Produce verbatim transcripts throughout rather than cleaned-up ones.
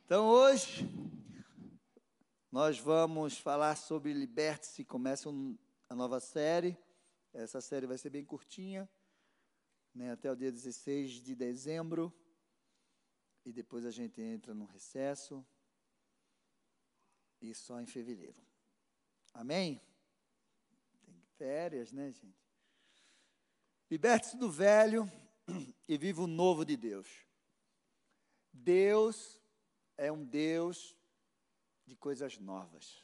Então hoje nós vamos falar sobre Liberte-se. Começa um, a nova série. Essa série vai ser bem curtinha, né, até o dia dezesseis de dezembro. E depois a gente entra no recesso. E só em fevereiro. Amém? Tem férias, né, gente? Liberte-se do velho e viva o novo de Deus. Deus é um Deus de coisas novas.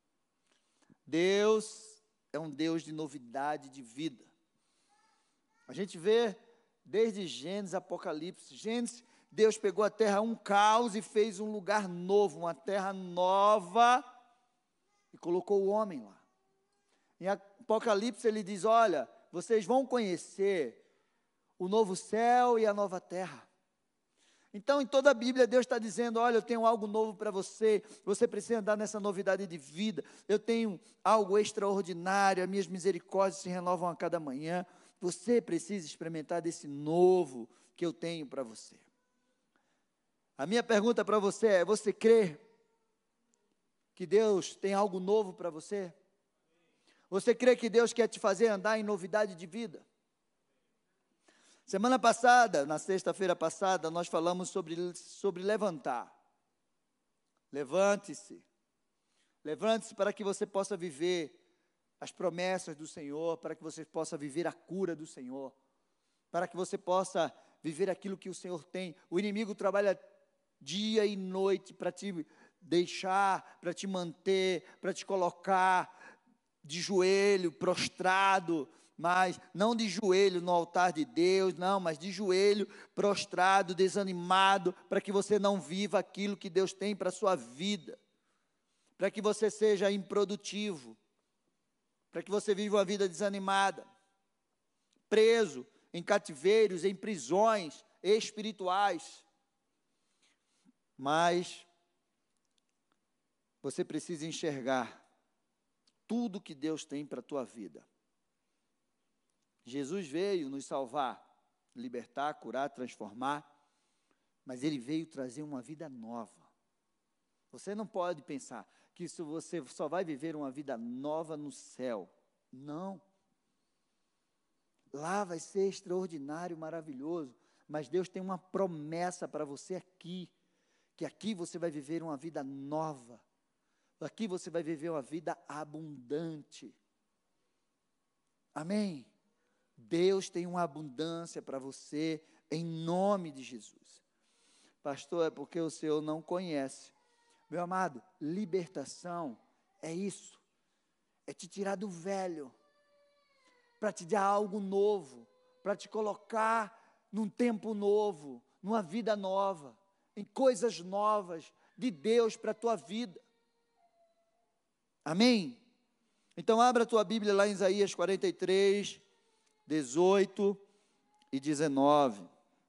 Deus é um Deus de novidade de vida. A gente vê desde Gênesis, Apocalipse. Gênesis, Deus pegou a terra um caos e fez um lugar novo, uma terra nova, e colocou o homem lá. Em Apocalipse ele diz, olha, vocês vão conhecer o novo céu e a nova terra. Então, em toda a Bíblia, Deus está dizendo, olha, eu tenho algo novo para você, você precisa andar nessa novidade de vida, eu tenho algo extraordinário, as minhas misericórdias se renovam a cada manhã, você precisa experimentar desse novo que eu tenho para você. A minha pergunta para você é, você crê que Deus tem algo novo para você? Você crê que Deus quer te fazer andar em novidade de vida? Semana passada, na sexta-feira passada, nós falamos sobre, sobre levantar. Levante-se. Levante-se para que você possa viver as promessas do Senhor, para que você possa viver a cura do Senhor, para que você possa viver aquilo que o Senhor tem. O inimigo trabalha dia e noite para te deixar, para te manter, para te colocar de joelho, prostrado, mas não de joelho no altar de Deus, não, mas de joelho, prostrado, desanimado, para que você não viva aquilo que Deus tem para a sua vida, para que você seja improdutivo, para que você viva uma vida desanimada, preso em cativeiros, em prisões espirituais. Mas você precisa enxergar tudo que Deus tem para a tua vida. Jesus veio nos salvar, libertar, curar, transformar, mas Ele veio trazer uma vida nova. Você não pode pensar que isso você só vai viver uma vida nova no céu. Não. Lá vai ser extraordinário, maravilhoso, mas Deus tem uma promessa para você aqui, que aqui você vai viver uma vida nova. Aqui você vai viver uma vida abundante. Amém? Deus tem uma abundância para você, em nome de Jesus. Pastor, é porque o Senhor não conhece. Meu amado, libertação é isso. É te tirar do velho, para te dar algo novo, para te colocar num tempo novo, numa vida nova, em coisas novas de Deus para a tua vida. Amém? Então abra a tua Bíblia lá em Isaías quarenta e três, dezoito e dezenove.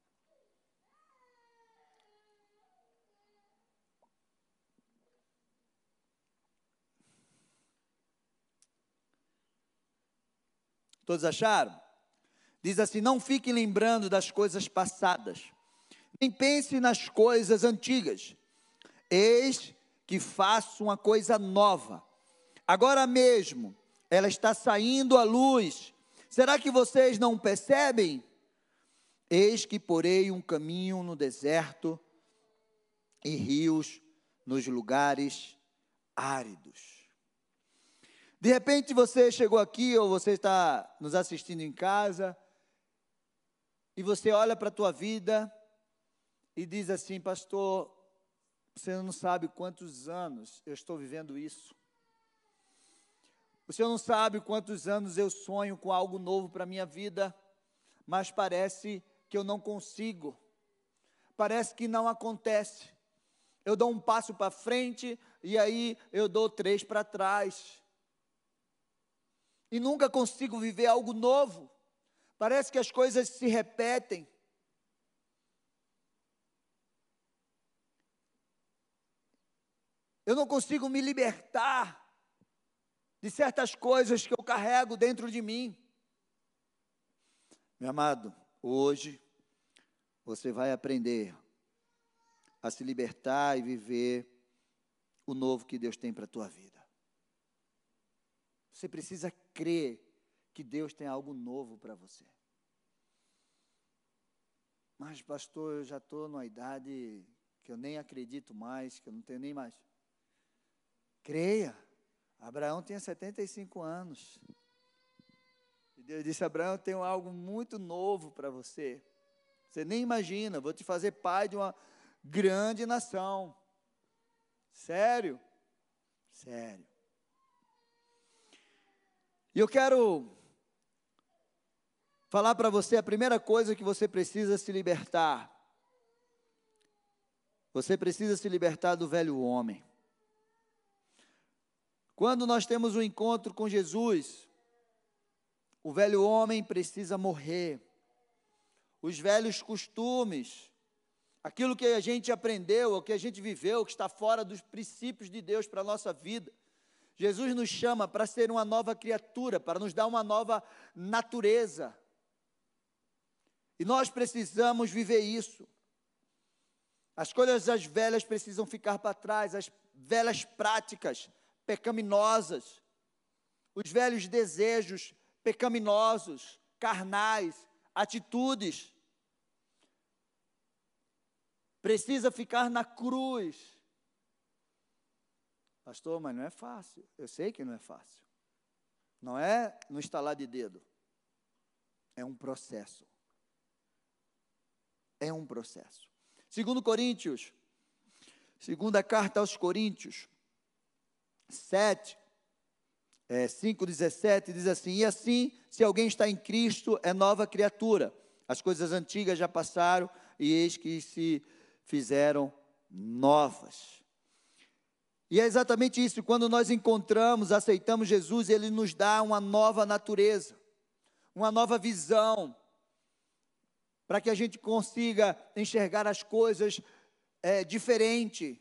Todos acharam? Diz assim, não fiquem lembrando das coisas passadas, nem pense nas coisas antigas. Eis que faço uma coisa nova. Agora mesmo, ela está saindo à luz. Será que vocês não percebem? Eis que porei um caminho no deserto e rios nos lugares áridos. De repente você chegou aqui, ou você está nos assistindo em casa, e você olha para a tua vida e diz assim, pastor, você não sabe quantos anos eu estou vivendo isso. O Senhor não sabe quantos anos eu sonho com algo novo para a minha vida, mas parece que eu não consigo, parece que não acontece. Eu dou um passo para frente e aí eu dou três para trás. E nunca consigo viver algo novo, parece que as coisas se repetem. Eu não consigo me libertar de certas coisas que eu carrego dentro de mim. Meu amado, hoje você vai aprender a se libertar e viver o novo que Deus tem para a tua vida. Você precisa crer que Deus tem algo novo para você. Mas, pastor, eu já estou numa idade que eu nem acredito mais, que eu não tenho nem mais. Creia. Abraão tinha setenta e cinco anos. E Deus disse: Abraão, eu tenho algo muito novo para você. Você nem imagina, vou te fazer pai de uma grande nação. Sério? Sério. E eu quero falar para você a primeira coisa que você precisa se libertar. Você precisa se libertar do velho homem. Quando nós temos um encontro com Jesus, o velho homem precisa morrer. Os velhos costumes, aquilo que a gente aprendeu, o que a gente viveu, que está fora dos princípios de Deus para a nossa vida. Jesus nos chama para ser uma nova criatura, para nos dar uma nova natureza. E nós precisamos viver isso. As coisas das velhas precisam ficar para trás, as velhas práticas pecaminosas, os velhos desejos pecaminosos, carnais, atitudes. Precisa ficar na cruz. Pastor, mas não é fácil. Eu sei que não é fácil. Não é no estalar de dedo. É um processo. É um processo. Segundo Coríntios, segunda carta aos Coríntios, sete, é, cinco, dezessete, diz assim: e assim, se alguém está em Cristo, é nova criatura. As coisas antigas já passaram, e eis que se fizeram novas. E é exatamente isso, quando nós encontramos, aceitamos Jesus, Ele nos dá uma nova natureza, uma nova visão, para que a gente consiga enxergar as coisas é, diferente,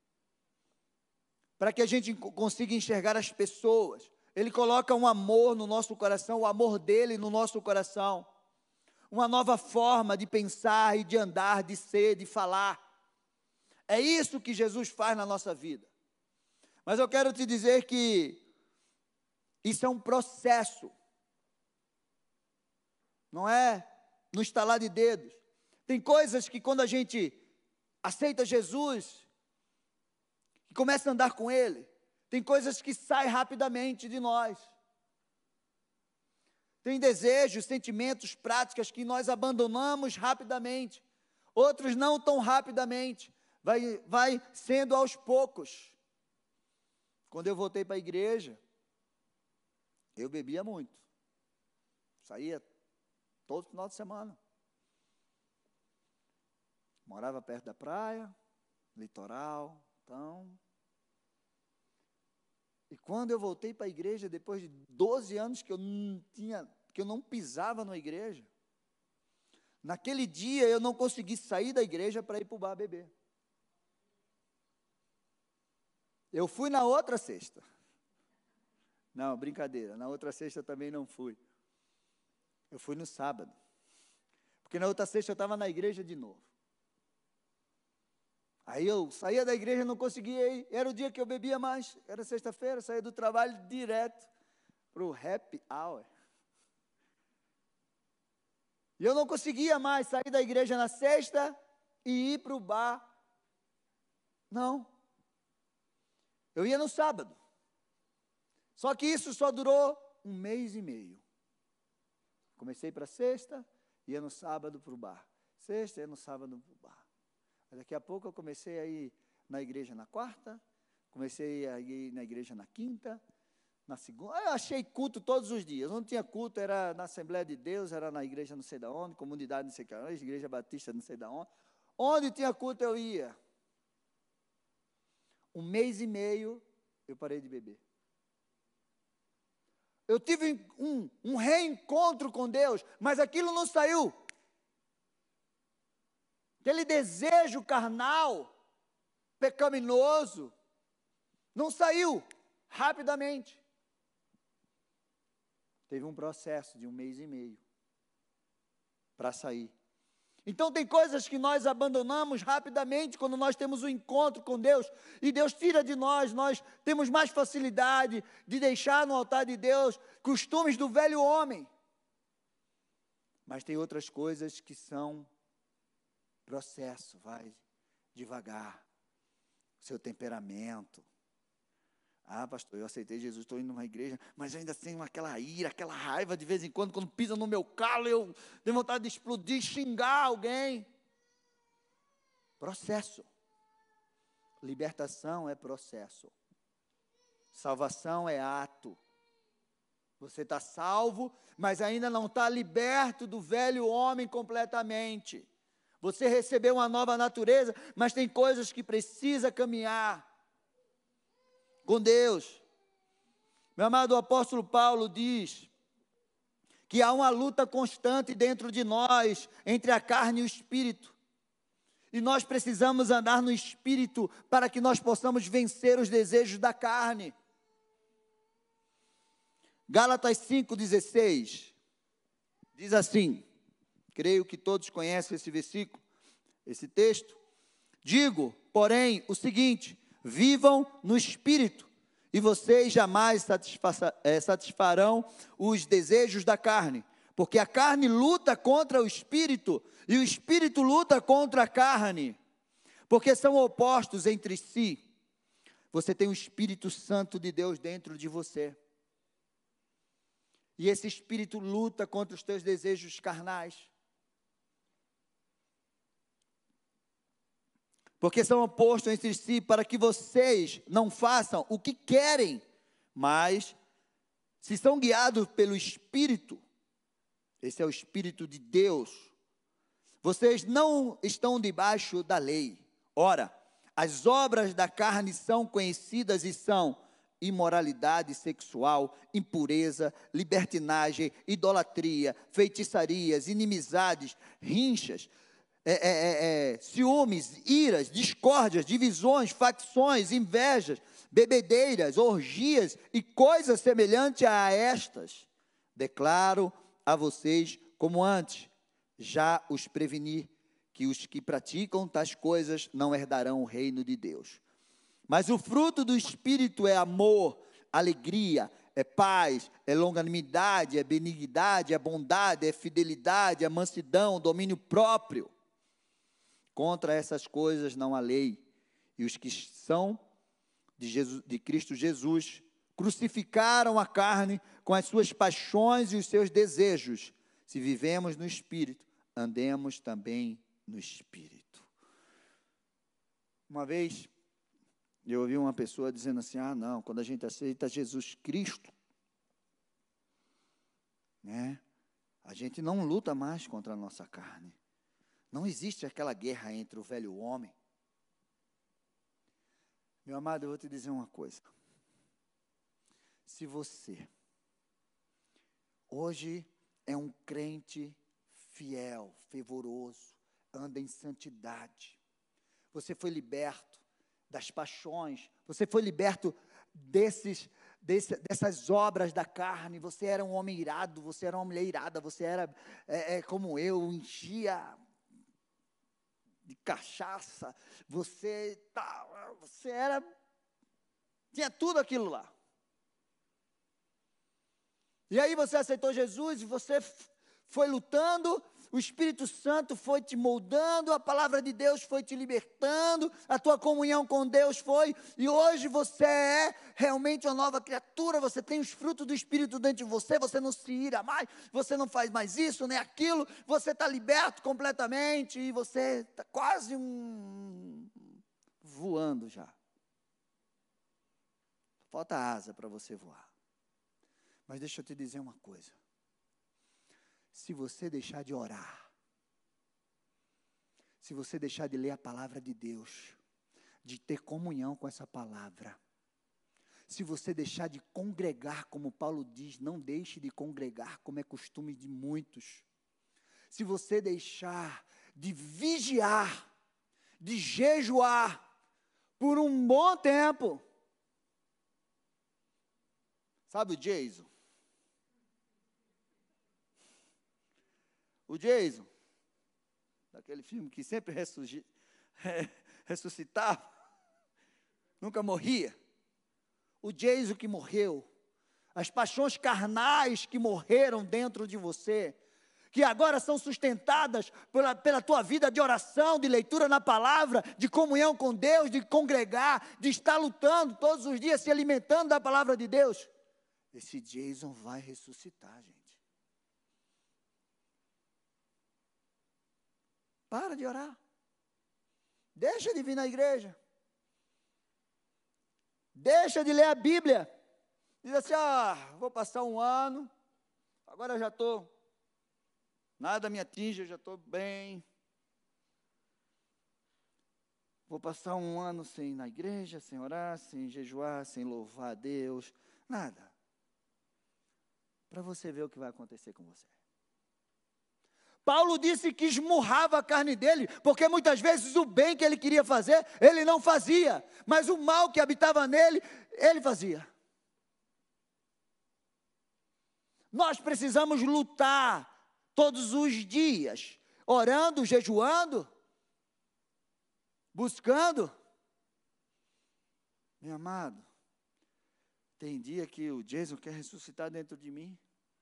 para que a gente consiga enxergar as pessoas. Ele coloca um amor no nosso coração, o amor dele no nosso coração, uma nova forma de pensar e de andar, de ser, de falar. É isso que Jesus faz na nossa vida. Mas eu quero te dizer que isso é um processo, não é no estalar de dedos. Tem coisas que quando a gente aceita Jesus e começa a andar com Ele, tem coisas que saem rapidamente de nós. Tem desejos, sentimentos, práticas que nós abandonamos rapidamente. Outros não tão rapidamente. Vai, vai sendo aos poucos. Quando eu voltei para a igreja, eu bebia muito. Saía todo final de semana. Morava perto da praia, litoral, então. E quando eu voltei para a igreja, depois de doze anos que eu não tinha, que eu não pisava na igreja, naquele dia eu não consegui sair da igreja para ir para o bar beber. Eu fui na outra sexta. Não, brincadeira, na outra sexta eu também não fui. Eu fui no sábado. Porque na outra sexta eu estava na igreja de novo. Aí eu saía da igreja e não conseguia ir. Era o dia que eu bebia mais. Era sexta-feira, saía do trabalho direto para o happy hour. E eu não conseguia mais sair da igreja na sexta e ir para o bar. Não. Eu ia no sábado. Só que isso só durou um mês e meio. Comecei para sexta, ia no sábado para o bar. Sexta, ia no sábado para o bar. Daqui a pouco eu comecei a ir na igreja na quarta, comecei a ir na igreja na quinta, na segunda. Eu achei culto todos os dias. Não tinha culto, era na Assembleia de Deus, era na igreja não sei da onde, comunidade não sei da onde, igreja batista não sei da onde. Onde tinha culto eu ia. Um mês e meio eu parei de beber. Eu tive um, um reencontro com Deus, mas aquilo não saiu. Aquele desejo carnal, pecaminoso, não saiu rapidamente. Teve um processo de um mês e meio para sair. Então tem coisas que nós abandonamos rapidamente quando nós temos um encontro com Deus, e Deus tira de nós, nós temos mais facilidade de deixar no altar de Deus costumes do velho homem. Mas tem outras coisas que são processo, vai devagar, seu temperamento. Ah, pastor, eu aceitei Jesus, estou indo numa igreja, mas ainda tenho aquela ira, aquela raiva de vez em quando, quando pisa no meu calo, eu tenho vontade de explodir, xingar alguém. Processo. Libertação é processo. Salvação é ato. Você está salvo, mas ainda não está liberto do velho homem completamente. Você recebeu uma nova natureza, mas tem coisas que precisa caminhar com Deus. Meu amado, o apóstolo Paulo diz que há uma luta constante dentro de nós, entre a carne e o espírito. E nós precisamos andar no espírito para que nós possamos vencer os desejos da carne. Gálatas cinco, dezesseis, diz assim, creio que todos conhecem esse versículo, esse texto. Digo, porém, o seguinte: vivam no Espírito, e vocês jamais satisfa- é, satisfarão os desejos da carne, porque a carne luta contra o Espírito, e o Espírito luta contra a carne, porque são opostos entre si. Você tem o Espírito Santo de Deus dentro de você, e esse Espírito luta contra os teus desejos carnais, porque são opostos entre si, para que vocês não façam o que querem, mas se são guiados pelo Espírito, esse é o Espírito de Deus, vocês não estão debaixo da lei. Ora, as obras da carne são conhecidas e são imoralidade sexual, impureza, libertinagem, idolatria, feitiçarias, inimizades, rinchas, É, é, é, é, ciúmes, iras, discórdias, divisões, facções, invejas, bebedeiras, orgias e coisas semelhantes a estas. Declaro a vocês como antes, já os preveni, que os que praticam tais coisas não herdarão o reino de Deus. Mas o fruto do Espírito é amor, alegria, é paz, é longanimidade, é benignidade, é bondade, é fidelidade, é mansidão, domínio próprio. Contra essas coisas não há lei, e os que são de, Jesus, de Cristo Jesus crucificaram a carne com as suas paixões e os seus desejos. Se vivemos no Espírito, andemos também no Espírito. Uma vez, eu ouvi uma pessoa dizendo assim, ah não, quando a gente aceita Jesus Cristo, né, a gente não luta mais contra a nossa carne. Não existe aquela guerra entre o velho homem. Meu amado, eu vou te dizer uma coisa. Se você hoje é um crente fiel, fervoroso, anda em santidade, você foi liberto das paixões, você foi liberto desses, desse, dessas obras da carne, você era um homem irado, você era uma mulher irada, você era é, é, como eu, enchia de cachaça, você, tá, você era, tinha tudo aquilo lá. E aí você aceitou Jesus, e você foi lutando, o Espírito Santo foi te moldando, a palavra de Deus foi te libertando, a tua comunhão com Deus foi, e hoje você é realmente uma nova criatura, você tem os frutos do Espírito dentro de você, você não se ira mais, você não faz mais isso, nem aquilo, você está liberto completamente, e você está quase um, voando já. Falta asa para você voar. Mas deixa eu te dizer uma coisa. Se você deixar de orar, se você deixar de ler a palavra de Deus, de ter comunhão com essa palavra, se você deixar de congregar, como Paulo diz, não deixe de congregar, como é costume de muitos, se você deixar de vigiar, de jejuar, por um bom tempo, sabe o Jason? O Jason, daquele filme que sempre ressurgi, ressuscitava, nunca morria. O Jason que morreu, as paixões carnais que morreram dentro de você, que agora são sustentadas pela, pela tua vida de oração, de leitura na palavra, de comunhão com Deus, de congregar, de estar lutando todos os dias, se alimentando da palavra de Deus. Esse Jason vai ressuscitar, gente. Para de orar. Deixa de vir na igreja. Deixa de ler a Bíblia. Diz assim, ah, vou passar um ano, agora eu já estou, nada me atinge, eu já estou bem. Vou passar um ano sem ir na igreja, sem orar, sem jejuar, sem louvar a Deus, nada. Para você ver o que vai acontecer com você. Paulo disse que esmurrava a carne dele, porque muitas vezes o bem que ele queria fazer, ele não fazia, mas o mal que habitava nele, ele fazia. Nós precisamos lutar todos os dias, orando, jejuando, buscando. Meu amado, tem dia que o Jason quer ressuscitar dentro de mim.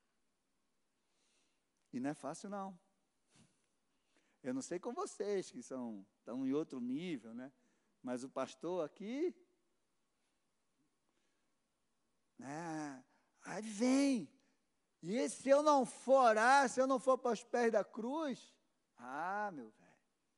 E não é fácil, não. Eu não sei com vocês, que são, estão em outro nível, né? Mas o pastor aqui, né? Aí vem. E se eu não for orar, se eu não for para os pés da cruz, ah, meu velho.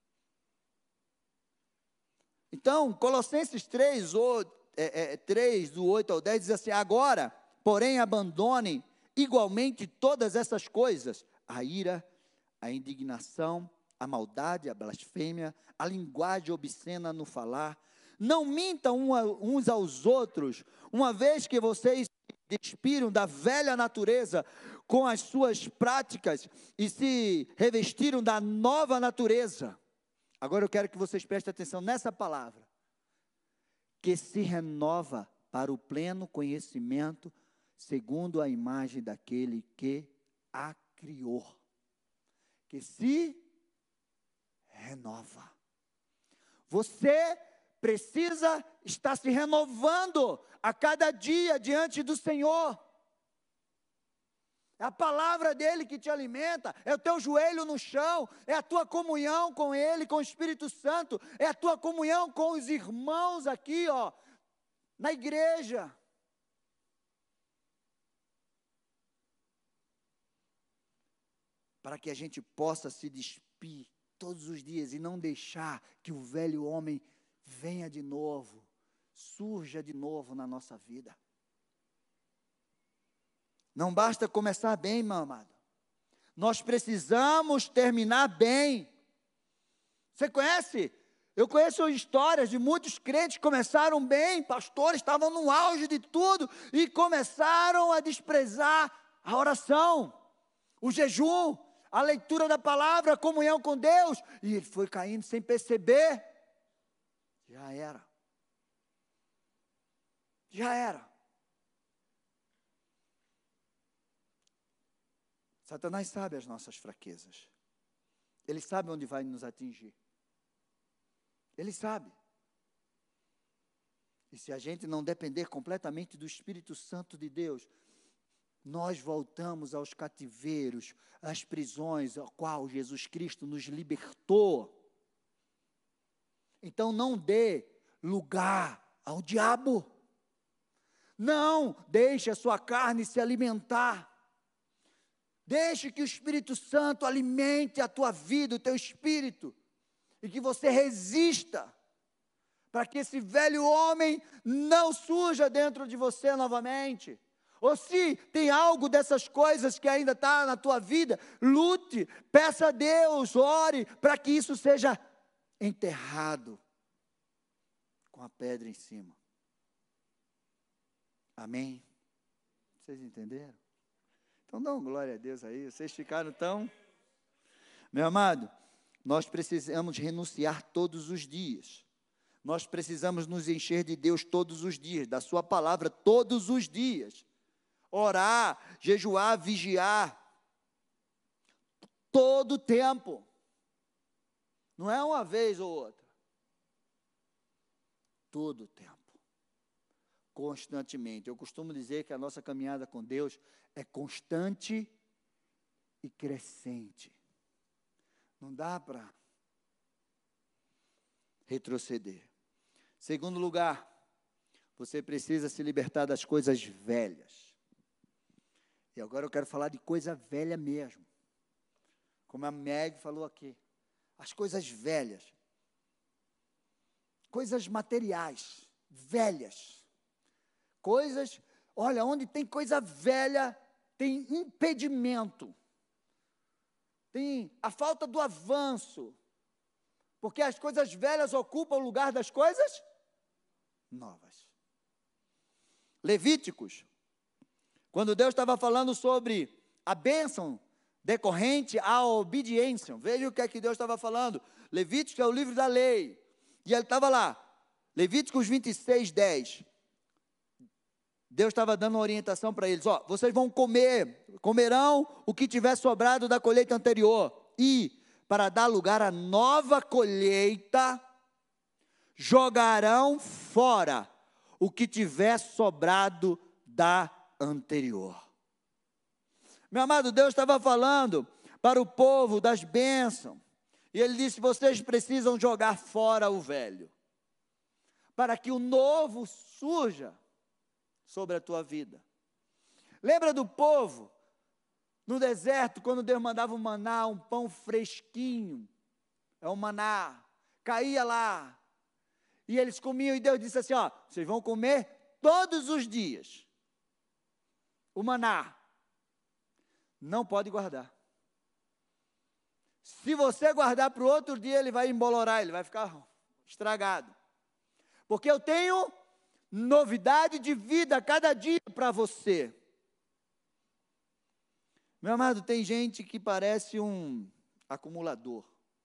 Então, Colossenses três, o, é, é, três, do oito ao dez, diz assim, agora, porém, abandonem igualmente todas essas coisas, a ira, a indignação, a maldade, a blasfêmia, a linguagem obscena no falar. Não mintam uns aos outros, uma vez que vocês se despiram da velha natureza com as suas práticas e se revestiram da nova natureza. Agora eu quero que vocês prestem atenção nessa palavra, que se renova para o pleno conhecimento, segundo a imagem daquele que a criou. Que se renova. Você precisa estar se renovando a cada dia diante do Senhor. É a palavra dele que te alimenta, é o teu joelho no chão, é a tua comunhão com ele, com o Espírito Santo, é a tua comunhão com os irmãos aqui, ó, na igreja. Para que a gente possa se despir todos os dias e não deixar que o velho homem venha de novo, surja de novo na nossa vida. Não basta começar bem, meu amado. Nós precisamos terminar bem. Você conhece? Eu conheço histórias de muitos crentes que começaram bem, pastores estavam no auge de tudo e começaram a desprezar a oração, o jejum, a leitura da palavra, a comunhão com Deus, e ele foi caindo sem perceber. Já era. Já era. Satanás sabe as nossas fraquezas. Ele sabe onde vai nos atingir. Ele sabe. E se a gente não depender completamente do Espírito Santo de Deus, nós voltamos aos cativeiros, às prisões, ao qual Jesus Cristo nos libertou. Então não dê lugar ao diabo. Não deixe a sua carne se alimentar. Deixe que o Espírito Santo alimente a tua vida, o teu espírito, e que você resista, para que esse velho homem não surja dentro de você novamente. Ou se tem algo dessas coisas que ainda está na tua vida, lute, peça a Deus, ore, para que isso seja enterrado com a pedra em cima. Amém? Vocês entenderam? Então dão glória a Deus aí, vocês ficaram tão... Meu amado, nós precisamos renunciar todos os dias. Nós precisamos nos encher de Deus todos os dias, da sua palavra todos os dias. Orar, jejuar, vigiar, todo o tempo. Não é uma vez ou outra. Todo o tempo. Constantemente. Eu costumo dizer que a nossa caminhada com Deus é constante e crescente. Não dá para retroceder. Segundo lugar, você precisa se libertar das coisas velhas. E agora eu quero falar de coisa velha mesmo. Como a Meg falou aqui. As coisas velhas. Coisas materiais, velhas. Coisas, olha, onde tem coisa velha, tem impedimento. Tem a falta do avanço. Porque as coisas velhas ocupam o lugar das coisas novas. Levíticos, quando Deus estava falando sobre a bênção decorrente à obediência, veja o que é que Deus estava falando. Levíticos é o livro da lei. E ele estava lá, Levíticos vinte e seis, dez. Deus estava dando uma orientação para eles. Ó, vocês vão comer, comerão o que tiver sobrado da colheita anterior. E, para dar lugar à nova colheita, jogarão fora o que tiver sobrado da anterior. Meu amado, Deus estava falando para o povo das bênçãos. E ele disse, vocês precisam jogar fora o velho, para que o novo surja sobre a tua vida. Lembra do povo, no deserto, quando Deus mandava o maná, um pão fresquinho, é o maná, caía lá, e eles comiam, e Deus disse assim, ó, vocês vão comer todos os dias, o maná, não pode guardar. Se você guardar para o outro dia, ele vai embolorar, ele vai ficar estragado. Porque eu tenho novidade de vida a cada dia para você. Meu amado, tem gente que parece um acumulador.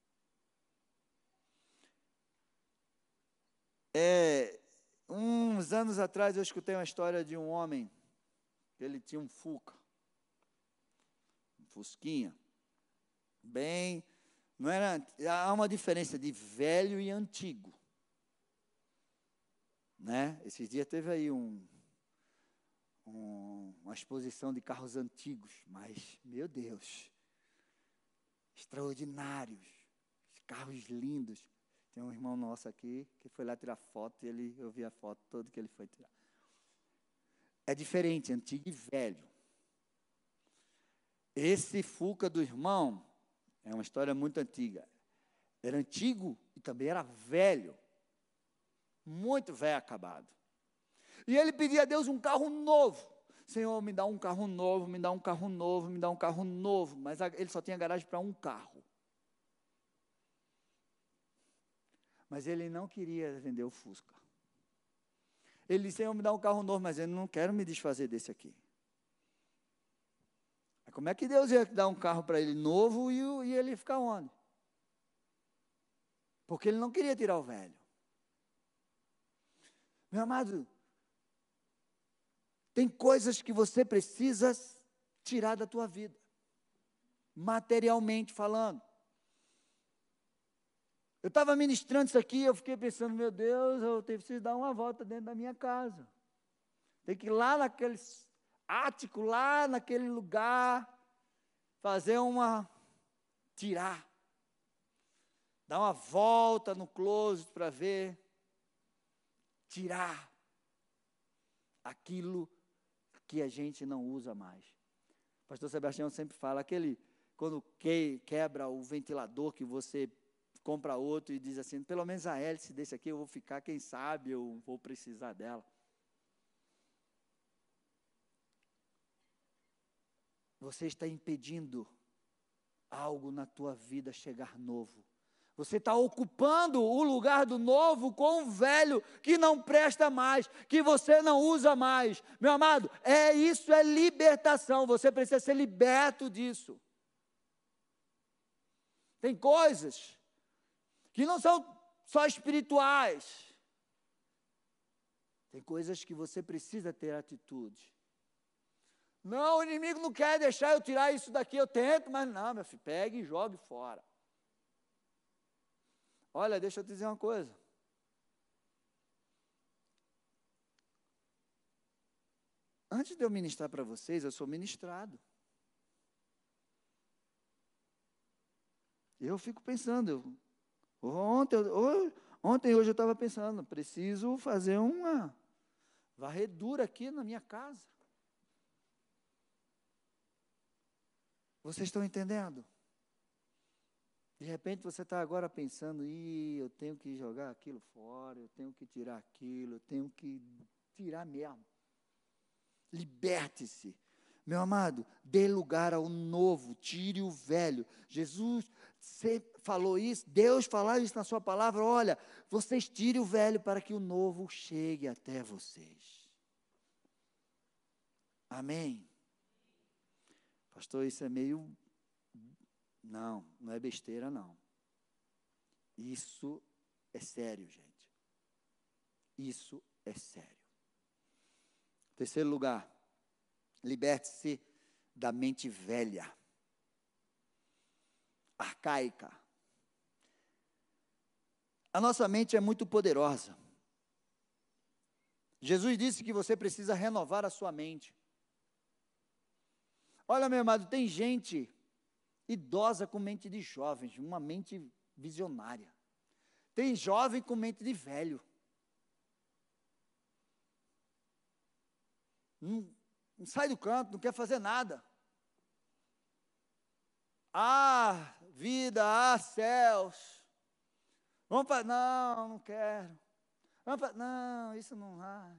É, uns anos atrás eu escutei uma história de um homem, que ele tinha um Fuca, um Fusquinha, bem, não era, há uma diferença de velho e antigo. Né? Esses dias teve aí um, um, uma exposição de carros antigos, mas, meu Deus, extraordinários, carros lindos. Tem um irmão nosso aqui, que foi lá tirar foto, e ele, eu vi a foto toda que ele foi tirar. É diferente, antigo e velho. Esse Fuca do irmão, é uma história muito antiga. Era antigo e também era velho. Muito velho acabado. E ele pedia a Deus um carro novo. Senhor, me dá um carro novo, me dá um carro novo, me dá um carro novo. Mas ele só tinha garagem para um carro. Mas ele não queria vender o Fusca. Ele disse, Senhor, me dá um carro novo, mas eu não quero me desfazer desse aqui. Como é que Deus ia dar um carro para ele novo e, e ele ia ficar onde? Porque ele não queria tirar o velho. Meu amado, tem coisas que você precisa tirar da tua vida, materialmente falando. Eu estava ministrando isso aqui, eu fiquei pensando, meu Deus, eu preciso dar uma volta dentro da minha casa. Tem que ir lá naquele ático, lá naquele lugar, fazer uma, tirar. Dar uma volta no closet para ver, tirar aquilo que a gente não usa mais. O pastor Sebastião sempre fala, aquele, quando que, quebra o ventilador, que você compra outro e diz assim, pelo menos a hélice desse aqui eu vou ficar, quem sabe eu vou precisar dela. Você está impedindo algo na tua vida chegar novo. Você está ocupando o lugar do novo com o velho que não presta mais, que você não usa mais. Meu amado, é isso, é libertação. Você precisa ser liberto disso. Tem coisas que não são só espirituais. Tem coisas que você precisa ter atitude. Não, o inimigo não quer deixar eu tirar isso daqui, eu tento, mas não, meu filho, pegue e jogue fora. Olha, deixa eu te dizer uma coisa. Antes de eu ministrar para vocês, eu sou ministrado. Eu fico pensando, eu, ontem, eu, ontem hoje eu estava pensando, preciso fazer uma varredura aqui na minha casa. Vocês estão entendendo? De repente você está agora pensando, Ih, eu tenho que jogar aquilo fora, eu tenho que tirar aquilo, eu tenho que tirar mesmo. Liberte-se. Meu amado, dê lugar ao novo, tire o velho. Jesus falou isso, Deus falou isso na sua palavra, olha, vocês tirem o velho para que o novo chegue até vocês. Amém? Pastor, isso é meio... Não, não é besteira não. Isso é sério, gente. Isso é sério. Terceiro lugar, liberte-se da mente velha, arcaica. A nossa mente é muito poderosa. Jesus disse que você precisa renovar a sua mente. Olha, meu amado, tem gente idosa com mente de jovens, uma mente visionária. Tem jovem com mente de velho. Não, não sai do canto, não quer fazer nada. Ah, vida, ah, céus. Vamos para... Não, não quero. Vamos para... Não, isso não vai.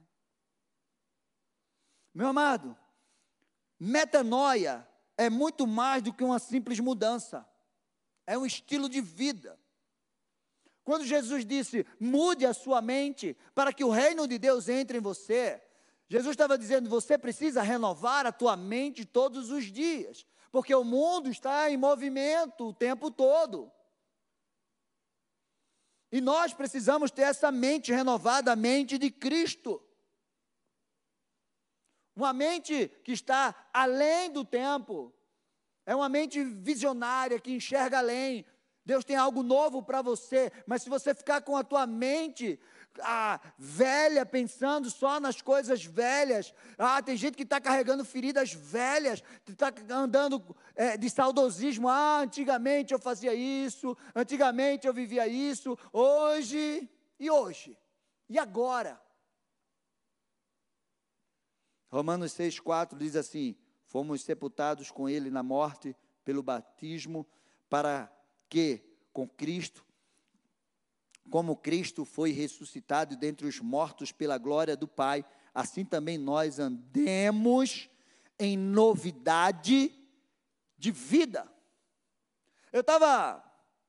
Meu amado, metanoia é muito mais do que uma simples mudança. É um estilo de vida. Quando Jesus disse, mude a sua mente para que o reino de Deus entre em você, Jesus estava dizendo, você precisa renovar a tua mente todos os dias, porque o mundo está em movimento o tempo todo. E nós precisamos ter essa mente renovada, a mente de Cristo. Uma mente que está além do tempo. É uma mente visionária que enxerga além. Deus tem algo novo para você, mas se você ficar com a tua mente ah, velha, pensando só nas coisas velhas, ah, tem gente que está carregando feridas velhas, está andando é, de saudosismo, ah, antigamente eu fazia isso, antigamente eu vivia isso, hoje, e hoje, e agora? Romanos seis, quatro diz assim, fomos sepultados com ele na morte pelo batismo, para que com Cristo, como Cristo foi ressuscitado dentre os mortos pela glória do Pai, assim também nós andemos em novidade de vida. Eu estava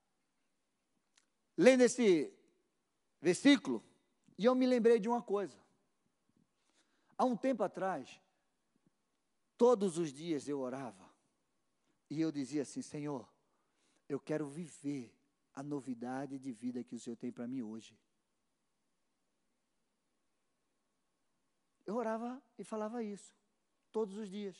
lendo esse versículo e eu me lembrei de uma coisa. Há um tempo atrás, todos os dias eu orava e eu dizia assim, Senhor, eu quero viver a novidade de vida que o Senhor tem para mim hoje. Eu orava e falava isso, todos os dias.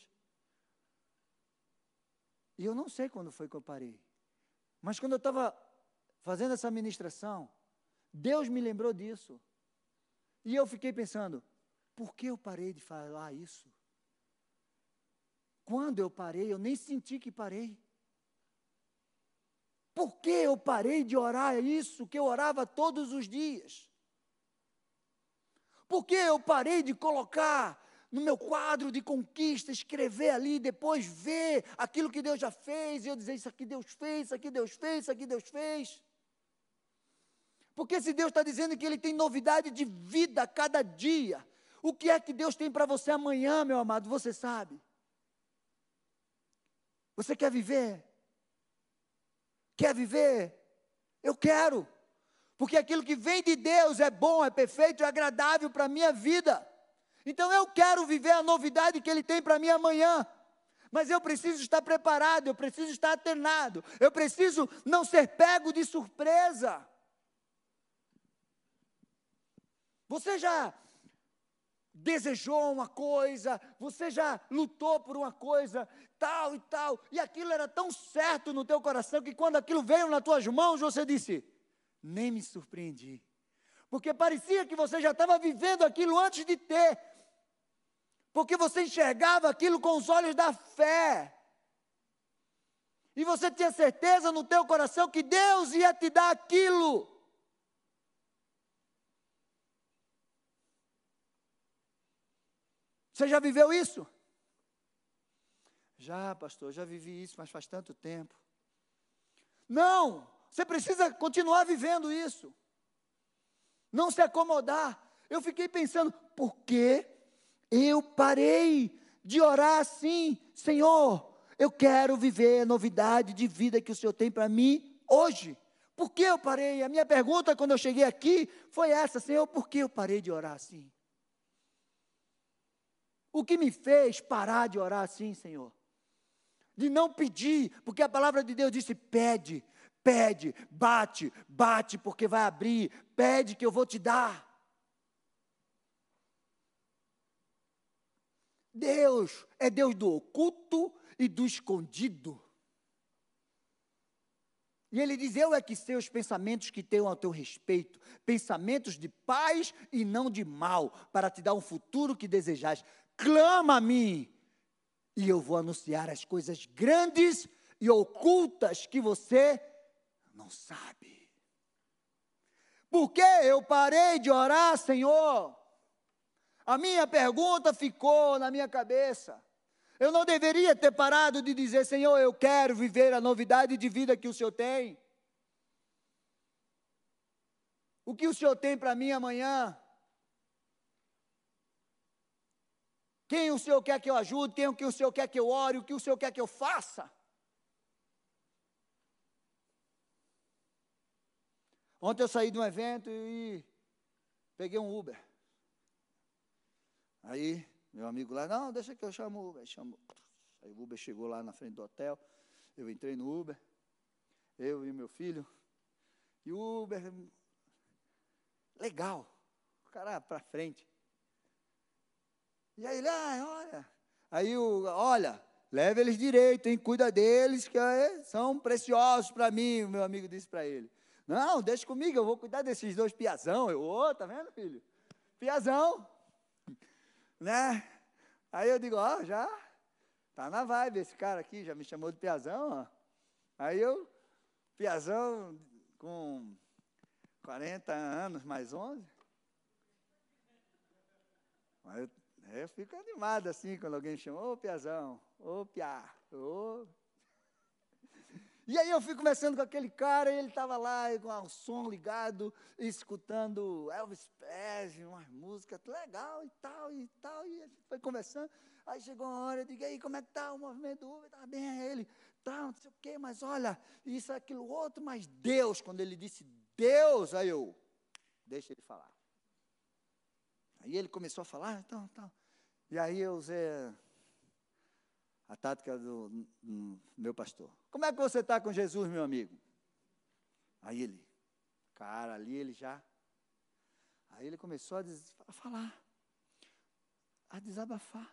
E eu não sei quando foi que eu parei. Mas quando eu estava fazendo essa ministração, Deus me lembrou disso. E eu fiquei pensando, por que eu parei de falar isso? Quando eu parei, eu nem senti que parei. Por que eu parei de orar isso que eu orava todos os dias? Por que eu parei de colocar no meu quadro de conquista, escrever ali, depois ver aquilo que Deus já fez, e eu dizer, isso aqui Deus fez, isso aqui Deus fez, isso aqui Deus fez? Porque se Deus está dizendo que Ele tem novidade de vida a cada dia, o que é que Deus tem para você amanhã, meu amado, você sabe? Você quer viver? Quer viver? Eu quero. Porque aquilo que vem de Deus é bom, é perfeito, é agradável para a minha vida. Então eu quero viver a novidade que Ele tem para mim amanhã. Mas eu preciso estar preparado, eu preciso estar atenado, eu preciso não ser pego de surpresa. Você já desejou uma coisa, você já lutou por uma coisa, tal e tal, e aquilo era tão certo no teu coração, que quando aquilo veio nas tuas mãos, você disse, nem me surpreendi. Porque parecia que você já estava vivendo aquilo antes de ter. Porque você enxergava aquilo com os olhos da fé. E você tinha certeza no teu coração que Deus ia te dar aquilo. Você já viveu isso? Já, pastor, já vivi isso, mas faz tanto tempo. Não, você precisa continuar vivendo isso. Não se acomodar. Eu fiquei pensando, por que eu parei de orar assim? Senhor, eu quero viver a novidade de vida que o Senhor tem para mim hoje. Por que eu parei? A minha pergunta quando eu cheguei aqui foi essa, Senhor, por que eu parei de orar assim? O que me fez parar de orar assim, Senhor? De não pedir, porque a palavra de Deus disse, pede, pede, bate, bate, porque vai abrir, pede que eu vou te dar. Deus é Deus do oculto e do escondido. E ele diz, eu é que sei os pensamentos que tenho ao teu respeito, pensamentos de paz e não de mal, para te dar um futuro que desejas. Clama a mim, e eu vou anunciar as coisas grandes e ocultas que você não sabe. Por que eu parei de orar, Senhor? A minha pergunta ficou na minha cabeça. Eu não deveria ter parado de dizer, Senhor, eu quero viver a novidade de vida que o Senhor tem. O que o Senhor tem para mim amanhã? Quem o Senhor quer que eu ajude? Quem o que o Senhor quer que eu ore? O que o Senhor quer que eu faça? Ontem eu saí de um evento e peguei um Uber. Aí, meu amigo lá, não, deixa que eu chamo o Uber. Chamo. Aí o Uber chegou lá na frente do hotel, eu entrei no Uber, eu e meu filho, e o Uber, legal, o cara para frente. E aí ele, ah, olha, aí o, olha, leva eles direito, hein, cuida deles, que é, são preciosos para mim, o meu amigo disse para ele. Não, deixa comigo, eu vou cuidar desses dois piazão. Eu, ô, oh, tá vendo, filho? Piazão, né? Aí eu digo, ó, oh, já tá na vibe esse cara aqui, já me chamou de piazão, ó. Aí eu, piazão com quarenta anos, mais onze. Aí eu, eu fico animado assim, quando alguém chama, ô, piazão, ô, piá, ô. E aí eu fui conversando com aquele cara, e ele estava lá com o som ligado, escutando Elvis Presley, umas músicas legal e tal, e tal, e a gente foi conversando. Aí chegou uma hora, eu digo, aí, como é que está o movimento do Uber? Está bem, aí ele, tá, não sei o quê, mas olha, isso, aquilo, outro, mas Deus, quando ele disse Deus, aí eu, deixa ele falar. Aí ele começou a falar, então, então. E aí eu usei a tática do, do meu pastor. Como é que você está com Jesus, meu amigo? Aí ele, cara, ali ele já. Aí ele começou a, des, a falar, a desabafar.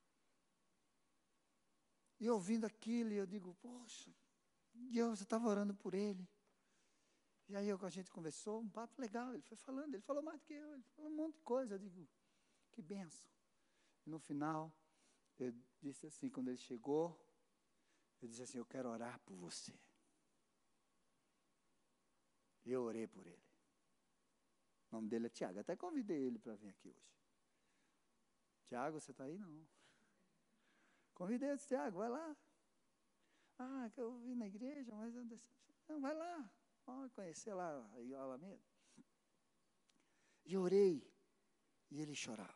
E ouvindo aquilo, eu digo, poxa, Deus, eu estava orando por ele. E aí eu, a gente conversou, um papo legal, ele foi falando, ele falou mais do que eu, ele falou um monte de coisa. Eu digo, que benção. E no final, eu disse assim, quando ele chegou, eu disse assim, eu quero orar por você. Eu orei por ele. O nome dele é Tiago, até convidei ele para vir aqui hoje. Tiago, você está aí? Não. Convidei ele, Tiago, vai lá. Ah, que eu vim na igreja, mas eu disse, não, vai lá. Vamos conhecer lá a Alameda. E orei, e ele chorava.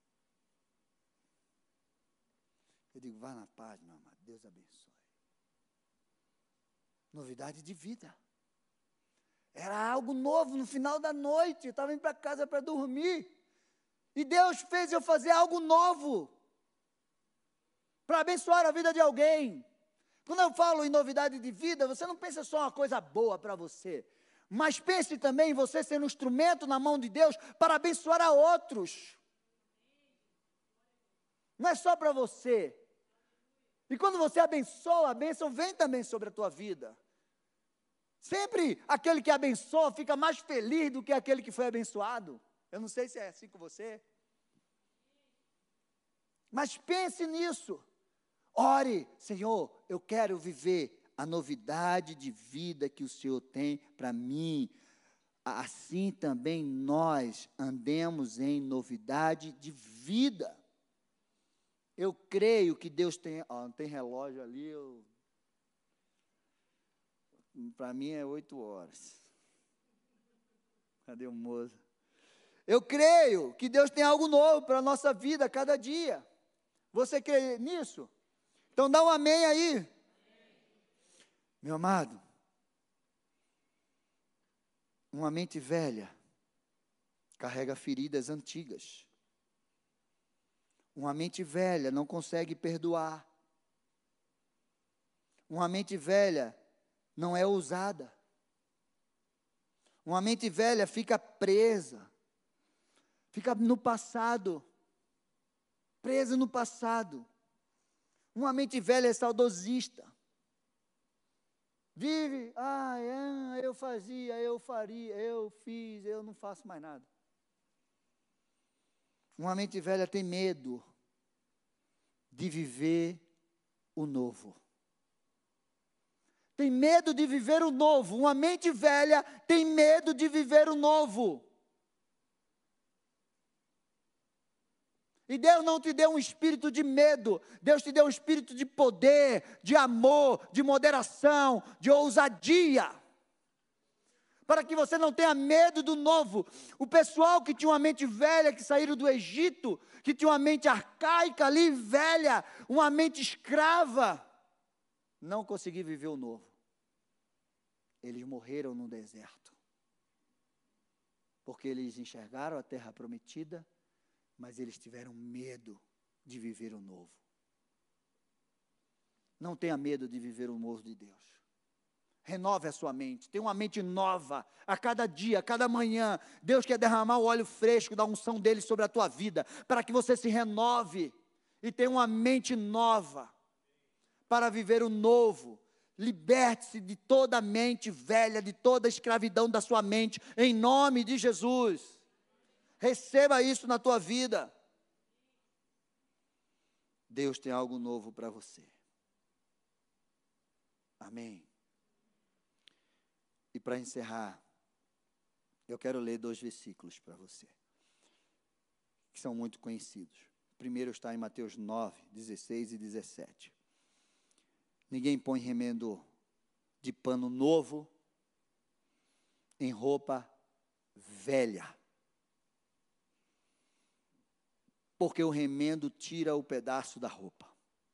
Eu digo, vá na paz, meu amado, Deus abençoe. Novidade de vida. Era algo novo no final da noite, eu estava indo para casa para dormir. E Deus fez eu fazer algo novo, para abençoar a vida de alguém. Quando eu falo em novidade de vida, você não pensa só uma coisa boa para você, mas pense também em você ser um instrumento na mão de Deus para abençoar a outros. Não é só para você. E quando você abençoa, a bênção vem também sobre a tua vida. Sempre aquele que abençoa fica mais feliz do que aquele que foi abençoado. Eu não sei se é assim com você. Mas pense nisso. Ore, Senhor, eu quero viver a novidade de vida que o Senhor tem para mim. Assim também nós andemos em novidade de vida. Eu creio que Deus tem... Ó, não tem relógio ali, eu, para mim é oito horas. Cadê o moço? Eu creio que Deus tem algo novo para a nossa vida a cada dia. Você crê nisso? Então dá um amém aí. Meu amado, uma mente velha carrega feridas antigas. Uma mente velha não consegue perdoar. Uma mente velha não é ousada. Uma mente velha fica presa, fica no passado, presa no passado. Uma mente velha é saudosista. Vive, ah, é, eu fazia, eu faria, eu fiz, eu não faço mais nada. Uma mente velha tem medo de viver o novo. Tem medo de viver o novo. Uma mente velha tem medo de viver o novo. E Deus não te deu um espírito de medo, Deus te deu um espírito de poder, de amor, de moderação, de ousadia. Para que você não tenha medo do novo. O pessoal que tinha uma mente velha, que saíram do Egito, que tinha uma mente arcaica ali, velha, uma mente escrava, não conseguiu viver o novo. Eles morreram no deserto. Porque eles enxergaram a terra prometida, mas eles tiveram medo de viver o novo. Não tenha medo de viver o novo de Deus. Renove a sua mente, tenha uma mente nova, a cada dia, a cada manhã. Deus quer derramar o óleo fresco da unção dele sobre a tua vida, para que você se renove e tenha uma mente nova, para viver o novo. Liberte-se de toda a mente velha, de toda a escravidão da sua mente, em nome de Jesus. Receba isso na tua vida. Deus tem algo novo para você. Amém. E para encerrar, eu quero ler dois versículos para você, que são muito conhecidos. O primeiro está em Mateus nove, dezesseis e dezessete. Ninguém põe remendo de pano novo em roupa velha, porque o remendo tira o pedaço da roupa,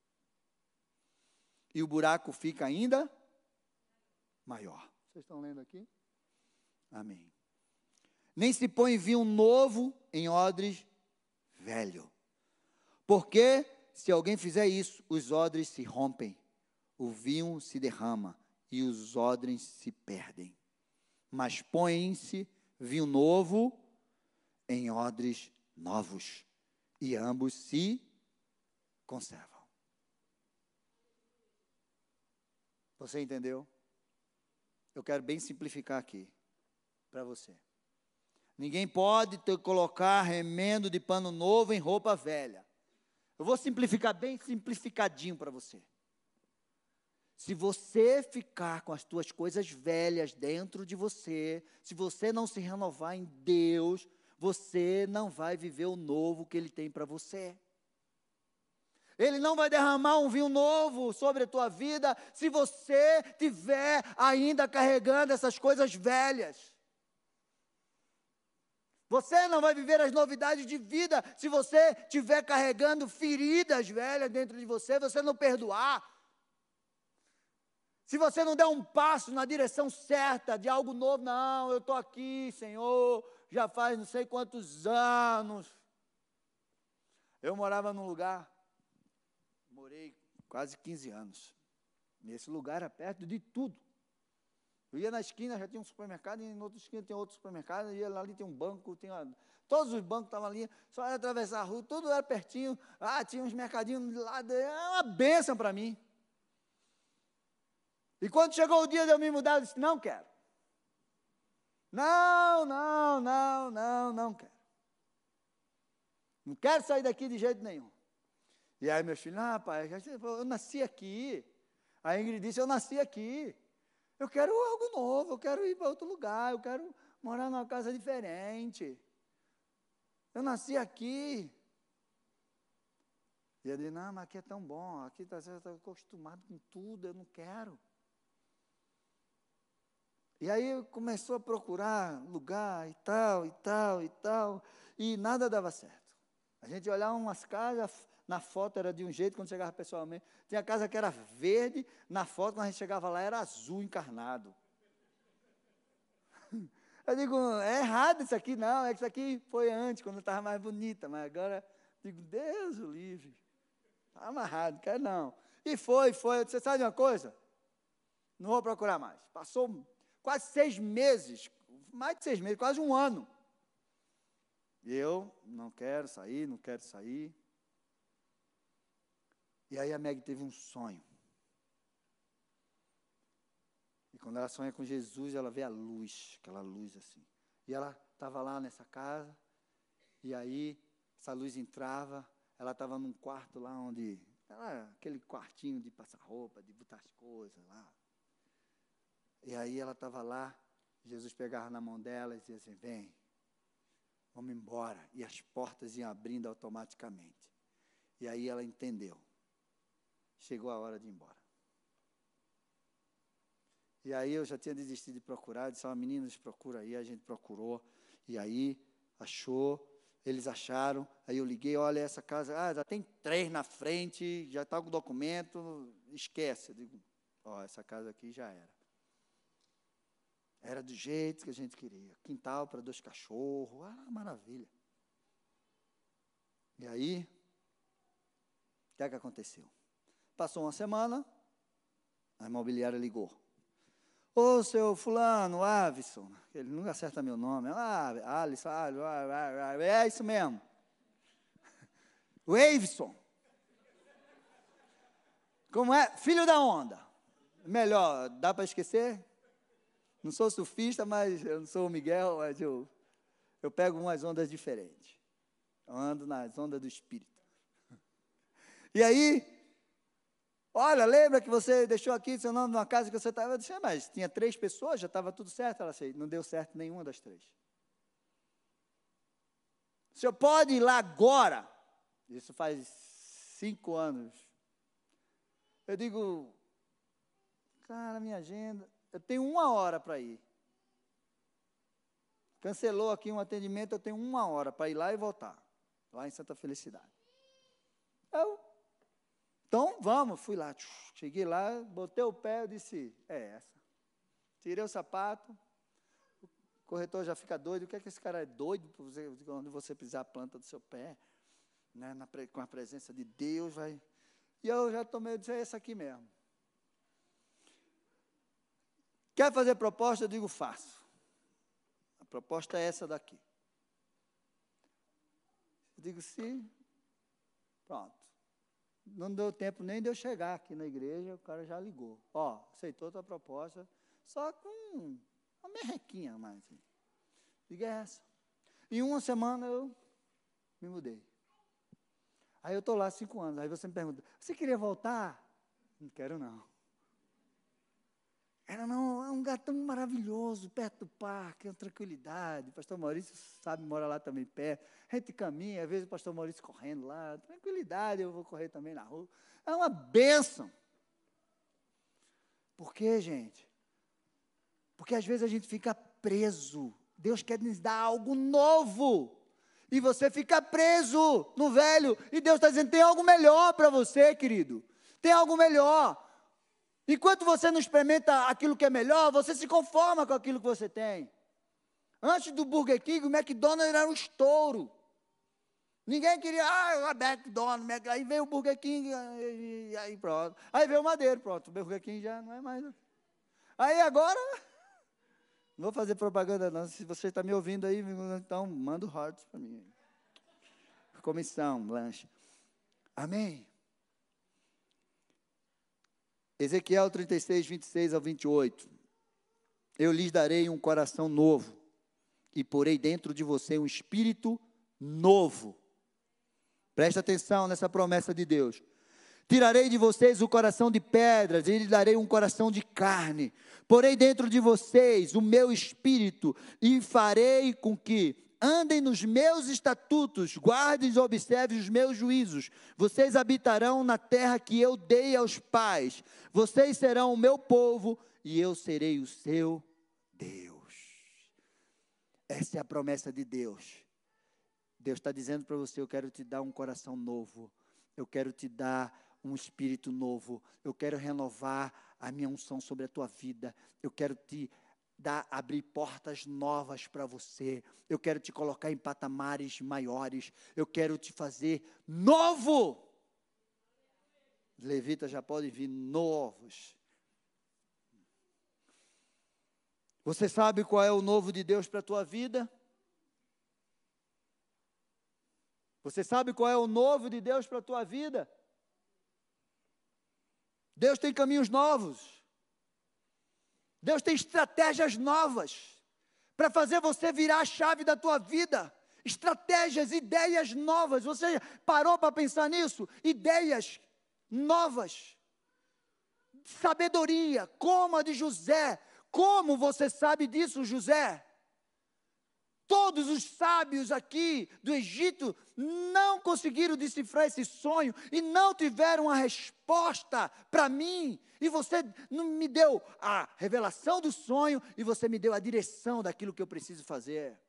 e o buraco fica ainda maior. Vocês estão lendo aqui? Amém. Nem se põe vinho novo em odres velho, porque se alguém fizer isso, os odres se rompem, o vinho se derrama e os odres se perdem. Mas põe-se vinho novo em odres novos, e ambos se conservam. Você entendeu? Eu quero bem simplificar aqui para você. Ninguém pode ter, colocar remendo de pano novo em roupa velha. Eu vou simplificar bem simplificadinho para você. Se você ficar com as tuas coisas velhas dentro de você, se você não se renovar em Deus, você não vai viver o novo que Ele tem para você. Ele não vai derramar um vinho novo sobre a tua vida, se você tiver ainda carregando essas coisas velhas. Você não vai viver as novidades de vida, se você estiver carregando feridas velhas dentro de você, você não perdoar. Se você não der um passo na direção certa de algo novo, não, eu estou aqui, Senhor, já faz não sei quantos anos. Eu morava num lugar, morei quase quinze anos. Nesse lugar era perto de tudo. Eu ia na esquina, já tinha um supermercado, e na outra esquina tem outro supermercado, e ali tem um banco, tem uma, todos os bancos estavam ali, só era atravessar a rua, tudo era pertinho. Ah, tinha uns mercadinhos lá, é uma bênção para mim. E quando chegou o dia de eu me mudar, eu disse, não quero. Não, não, não, não, não quero. Não quero sair daqui de jeito nenhum. E aí meus filhos, ah, pai, eu nasci aqui. A Ingrid disse, eu nasci aqui. Eu quero algo novo, eu quero ir para outro lugar, eu quero morar numa casa diferente. Eu nasci aqui. E ele disse, não, mas aqui é tão bom, aqui está tá acostumado com tudo, eu não quero. E aí começou a procurar lugar e tal, e tal, e tal, e nada dava certo. A gente olhava umas casas, na foto era de um jeito, quando chegava pessoalmente, tinha casa que era verde, na foto, quando a gente chegava lá, era azul encarnado. Eu digo, é errado isso aqui, não, é que isso aqui foi antes, quando estava mais bonita, mas agora, digo, Deus o livre, está amarrado, quer não. E foi, foi, você sabe de uma coisa? Não vou procurar mais. Passou quase seis meses, mais de seis meses, quase um ano. E eu não quero sair, não quero sair. E aí a Meg teve um sonho. E quando ela sonha com Jesus, ela vê a luz, aquela luz assim. E ela estava lá nessa casa, e aí essa luz entrava, ela estava num quarto lá onde, era aquele quartinho de passar roupa, de botar as coisas lá. E aí ela estava lá, Jesus pegava na mão dela e dizia assim, vem, vamos embora. E as portas iam abrindo automaticamente. E aí ela entendeu. Chegou a hora de ir embora. E aí eu já tinha desistido de procurar, disse, ó, meninas, procura aí, a gente procurou. E aí achou, eles acharam, aí eu liguei, olha essa casa, ah, já tem três na frente, já está com o documento, esquece. Eu digo, ó, essa casa aqui já era. Era do jeito que a gente queria. Quintal para dois cachorros. Ah, maravilha. E aí, o que é que aconteceu? Passou uma semana, a imobiliária ligou. Ô, seu fulano, Avison, ele nunca acerta meu nome. Ah, Alisson, é isso mesmo. O Avison. Como é? Filho da onda. Melhor, dá para esquecer? Não sou surfista, mas eu não sou o Miguel, mas eu, eu pego umas ondas diferentes. Eu ando nas ondas do espírito. E aí, olha, lembra que você deixou aqui seu nome numa casa que você estava? Eu disse, ah, mas tinha três pessoas, já estava tudo certo. Ela disse, não deu certo nenhuma das três. O senhor pode ir lá agora? Isso faz cinco anos. Eu digo, cara, minha agenda, eu tenho uma hora para ir. Cancelou aqui um atendimento, eu tenho uma hora para ir lá e voltar. Lá em Santa Felicidade. Eu, então, vamos, fui lá. Cheguei lá, botei o pé, eu disse, é essa. Tirei o sapato, o corretor já fica doido. O que é que esse cara é doido? Quando você pisar a planta do seu pé, né, na, com a presença de Deus, vai... E eu já tomei, eu disse, é essa aqui mesmo. Quer fazer proposta? Eu digo, faço. A proposta é essa daqui. Eu digo, sim. Pronto. Não deu tempo nem de eu chegar aqui na igreja, o cara já ligou. Ó, aceitou a tua proposta, só com uma merrequinha a mais. Digo, é essa. Em uma semana eu me mudei. Aí eu estou lá cinco anos. Aí você me pergunta, você queria voltar? Não quero não. Era não, é um lugar tão maravilhoso, perto do parque, é uma tranquilidade. O pastor Maurício sabe, mora lá também perto. A gente caminha, às vezes o pastor Maurício correndo lá. Tranquilidade, eu vou correr também na rua. É uma bênção. Por quê, gente? Porque às vezes a gente fica preso. Deus quer nos dar algo novo. E você fica preso no velho. E Deus está dizendo, tem algo melhor para você, querido. Tem algo melhor. Enquanto você não experimenta aquilo que é melhor, você se conforma com aquilo que você tem. Antes do Burger King, o McDonald's era um estouro. Ninguém queria, ah, o McDonald's, aí veio o Burger King, e aí pronto. Aí veio o Madeiro, pronto, o Burger King já não é mais. Aí agora, não vou fazer propaganda não, se você está me ouvindo aí, então manda o hot para mim. Comissão, lanche. Amém? Ezequiel trinta e seis, vinte e seis ao vinte e oito. Eu lhes darei um coração novo, e porei dentro de você um espírito novo. Presta atenção nessa promessa de Deus. Tirarei de vocês o coração de pedras, e lhes darei um coração de carne. Porei dentro de vocês o meu espírito, e farei com que andem nos meus estatutos, guardem e observem os meus juízos. Vocês habitarão na terra que eu dei aos pais. Vocês serão o meu povo, e eu serei o seu Deus. Essa é a promessa de Deus. Deus está dizendo para você: eu quero te dar um coração novo. Eu quero te dar um espírito novo. Eu quero renovar a minha unção sobre a tua vida. Eu quero te dar, abrir portas novas para você. Eu quero te colocar em patamares maiores. Eu quero te fazer novo. Os levitas já podem vir novos. Você sabe qual é o novo de Deus para a tua vida? Você sabe qual é o novo de Deus para a tua vida? Deus tem caminhos novos. Deus tem estratégias novas para fazer você virar a chave da tua vida. Estratégias, ideias novas. Você parou para pensar nisso? Ideias novas. Sabedoria, como a de José. Como você sabe disso, José? Todos os sábios aqui do Egito não conseguiram decifrar esse sonho e não tiveram a resposta para mim. E você não me deu a revelação do sonho e você me deu a direção daquilo que eu preciso fazer.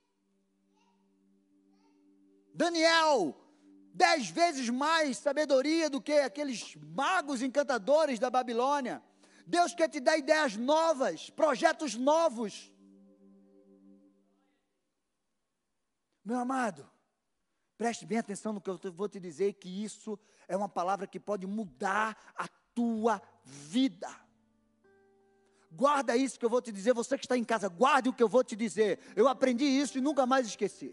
Daniel, dez vezes mais sabedoria do que aqueles magos encantadores da Babilônia. Deus quer te dar ideias novas, projetos novos. Meu amado, preste bem atenção no que eu vou te dizer, que isso é uma palavra que pode mudar a tua vida. Guarda isso que eu vou te dizer, você que está em casa, guarde o que eu vou te dizer. Eu aprendi isso e nunca mais esqueci.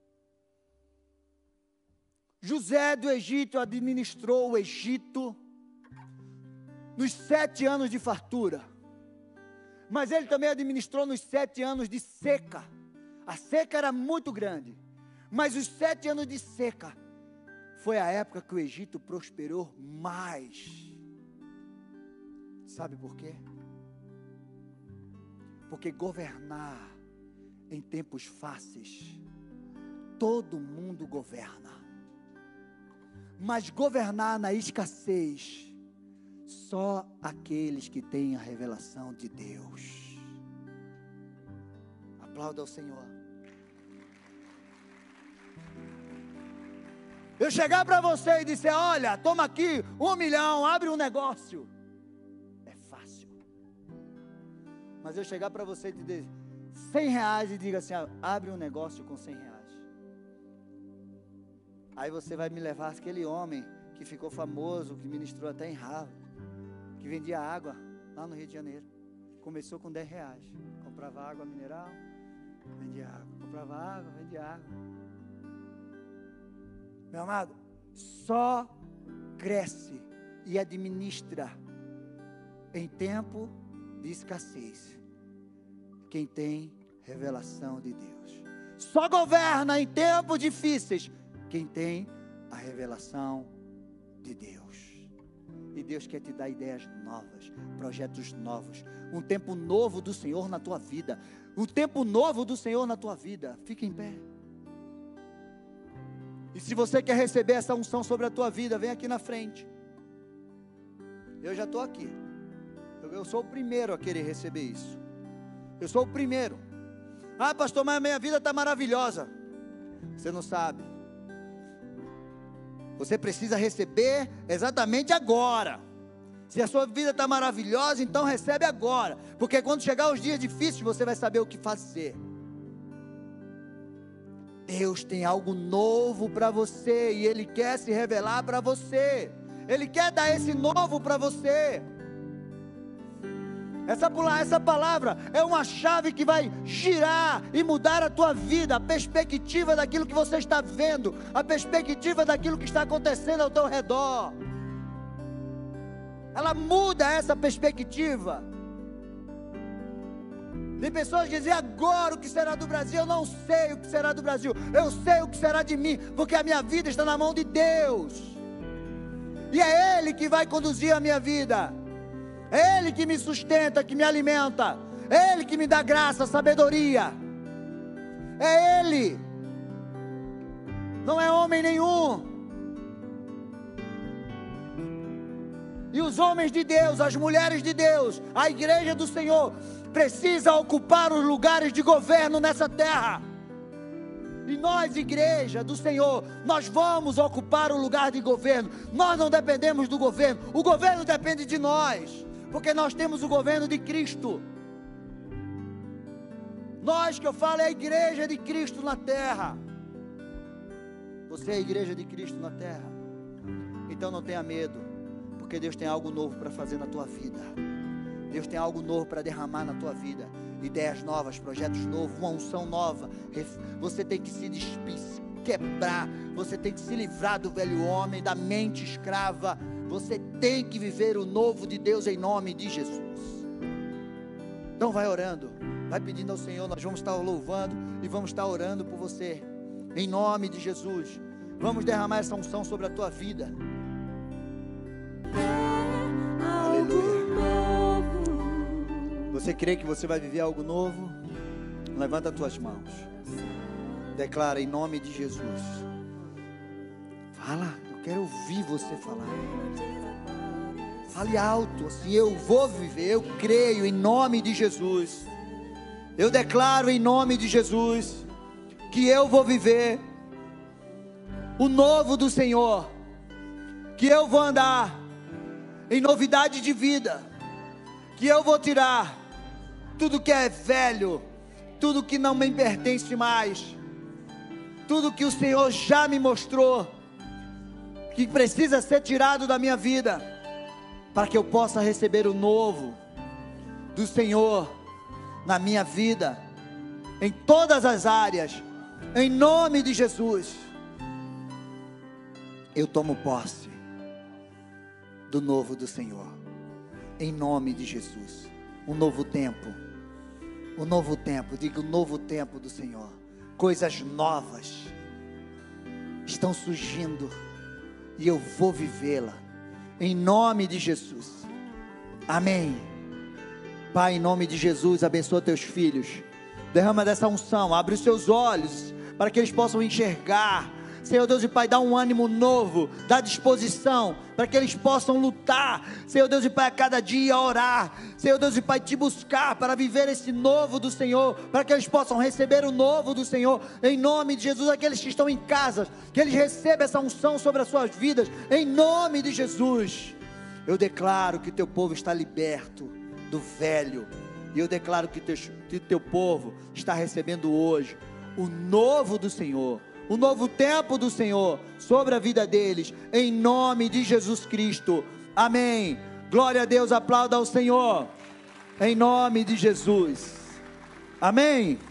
José do Egito administrou o Egito nos sete anos de fartura, mas ele também administrou nos sete anos de seca. A seca era muito grande, mas os sete anos de seca foi a época que o Egito prosperou mais. Sabe por quê? Porque governar em tempos fáceis, todo mundo governa, mas governar na escassez, só aqueles que têm a revelação de Deus. Aplauda ao Senhor. Eu chegar para você e dizer: olha, toma aqui um milhão, abre um negócio, é fácil. Mas eu chegar para você e te dizer cem reais e diga assim: abre um negócio com cem reais. Aí você vai me levar aquele homem que ficou famoso, que ministrou até em Harvard, que vendia água lá no Rio de Janeiro. Começou com dez reais, comprava água mineral, vendia água, comprava água, vendia água. Meu amado, só cresce e administra em tempo de escassez quem tem revelação de Deus. Só governa em tempos difíceis quem tem a revelação de Deus. E Deus quer te dar ideias novas, projetos novos, um tempo novo do Senhor na tua vida, um tempo novo do Senhor na tua vida. Fica em pé. E se você quer receber essa unção sobre a tua vida, vem aqui na frente. Eu já estou aqui. Eu, eu sou o primeiro a querer receber isso. Eu sou o primeiro. Ah, pastor, mas a minha vida está maravilhosa. Você não sabe. Você precisa receber exatamente agora. Se a sua vida está maravilhosa, então recebe agora. Porque quando chegar os dias difíceis, você vai saber o que fazer. Deus tem algo novo para você e Ele quer se revelar para você. Ele quer dar esse novo para você. Essa, essa palavra é uma chave que vai girar e mudar a tua vida, a perspectiva daquilo que você está vendo, a perspectiva daquilo que está acontecendo ao teu redor. ela muda essa perspectiva. Tem pessoas que dizem: agora o que será do Brasil? Eu não sei o que será do Brasil, eu sei o que será de mim, porque a minha vida está na mão de Deus, e é Ele que vai conduzir a minha vida, é Ele que me sustenta, que me alimenta, é Ele que me dá graça, sabedoria, é Ele, não é homem nenhum. E os homens de Deus, as mulheres de Deus, a igreja do Senhor, precisa ocupar os lugares de governo nessa terra. E nós, igreja do Senhor, nós vamos ocupar o lugar de governo. Nós não dependemos do governo, o governo depende de nós, porque nós temos o governo de Cristo. Nós, que eu falo, é a igreja de Cristo na terra. Você é a igreja de Cristo na terra. Então não tenha medo, porque Deus tem algo novo para fazer na tua vida. Deus tem algo novo para derramar na tua vida. Ideias novas, projetos novos, uma unção nova. Você tem que se despir, quebrar. Você tem que se livrar do velho homem, da mente escrava. Você tem que viver o novo de Deus em nome de Jesus. Então vai orando, vai pedindo ao Senhor. Nós vamos estar louvando e vamos estar orando por você, em nome de Jesus. Vamos derramar essa unção sobre a tua vida. Aleluia. Você crê que você vai viver algo novo? Levanta as tuas mãos. Declara em nome de Jesus. Fala, eu quero ouvir você falar. Fale alto, assim: eu vou viver, eu creio em nome de Jesus. Eu declaro em nome de Jesus que eu vou viver o novo do Senhor, que eu vou andar em novidade de vida, que eu vou tirar tudo que é velho, tudo que não me pertence mais, tudo que o Senhor já me mostrou, que precisa ser tirado da minha vida, para que eu possa receber o novo do Senhor na minha vida, em todas as áreas, em nome de Jesus. Eu tomo posse do novo do Senhor, em nome de Jesus. Um novo tempo, um novo tempo, diga: o novo tempo do Senhor. Coisas novas estão surgindo e eu vou vivê-la, em nome de Jesus. Amém. Pai, em nome de Jesus, abençoa teus filhos, derrama dessa unção, abre os seus olhos, para que eles possam enxergar. Senhor Deus e Pai, dá um ânimo novo, dá disposição, para que eles possam lutar, Senhor Deus e Pai, a cada dia orar, Senhor Deus e Pai, te buscar, para viver esse novo do Senhor, para que eles possam receber o novo do Senhor, em nome de Jesus. Aqueles que estão em casa, que eles recebam essa unção sobre as suas vidas, em nome de Jesus. Eu declaro que teu povo está liberto do velho, e eu declaro que teu, que teu povo está recebendo hoje o novo do Senhor, o novo tempo do Senhor sobre a vida deles, em nome de Jesus Cristo. Amém. Glória a Deus, aplauda ao Senhor, em nome de Jesus. Amém.